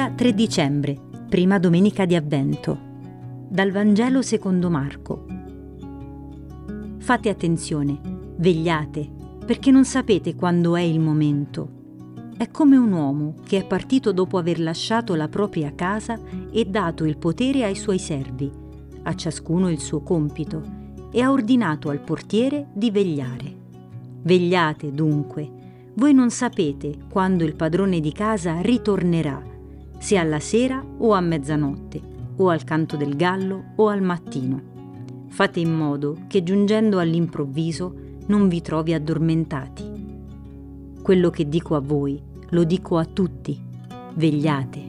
Domenica 3 dicembre, prima domenica di Avvento. Dal Vangelo secondo Marco. Fate attenzione, vegliate, perché non sapete quando è il momento. È come un uomo che è partito dopo aver lasciato la propria casa e dato il potere ai suoi servi, a ciascuno il suo compito, e ha ordinato al portiere di vegliare. Vegliate dunque, voi non sapete quando il padrone di casa ritornerà, se alla sera o a mezzanotte, o al canto del gallo o al mattino. Fate in modo che giungendo all'improvviso non vi trovi addormentati. Quello che dico a voi, lo dico a tutti. Vegliate.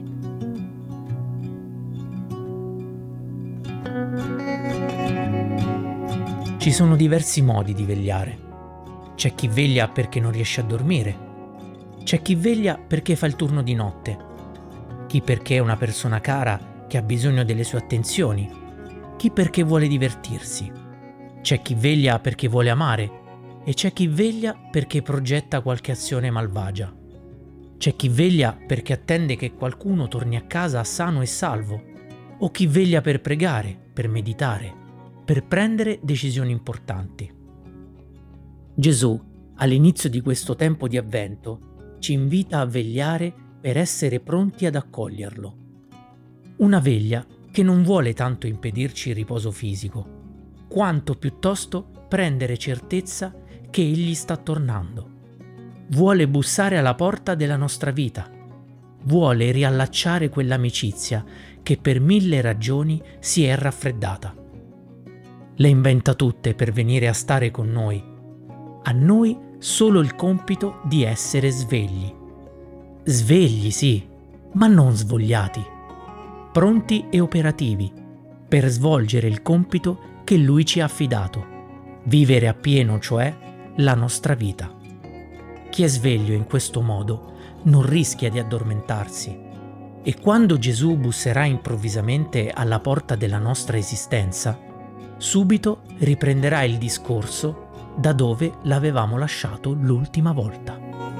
Ci sono diversi modi di vegliare. C'è chi veglia perché non riesce a dormire. C'è chi veglia perché fa il turno di notte. Chi perché è una persona cara che ha bisogno delle sue attenzioni. Chi perché vuole divertirsi. C'è chi veglia perché vuole amare. E c'è chi veglia perché progetta qualche azione malvagia. C'è chi veglia perché attende che qualcuno torni a casa sano e salvo, o chi veglia per pregare, per meditare, per prendere decisioni importanti. Gesù, all'inizio di questo tempo di Avvento, ci invita a vegliare per essere pronti ad accoglierlo. Una veglia che non vuole tanto impedirci il riposo fisico, quanto piuttosto prendere certezza che Egli sta tornando. Vuole bussare alla porta della nostra vita. Vuole riallacciare quell'amicizia che per 1000 ragioni si è raffreddata. Le inventa tutte per venire a stare con noi. A noi solo il compito di essere svegli. Svegli, sì, ma non svogliati. Pronti e operativi per svolgere il compito che Lui ci ha affidato. Vivere appieno, cioè, la nostra vita. Chi è sveglio in questo modo non rischia di addormentarsi e quando Gesù busserà improvvisamente alla porta della nostra esistenza, subito riprenderà il discorso da dove l'avevamo lasciato l'ultima volta.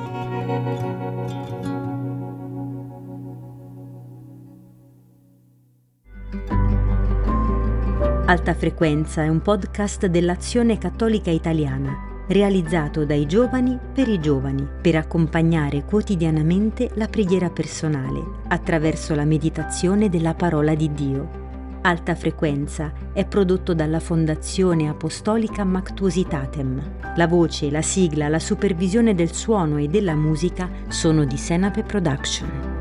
Alta Frequenza è un podcast dell'Azione Cattolica Italiana, realizzato dai giovani, per accompagnare quotidianamente la preghiera personale attraverso la meditazione della parola di Dio. Alta Frequenza è prodotto dalla Fondazione Apostolica Mactuositatem. La voce, la sigla, la supervisione del suono e della musica sono di Senape Production.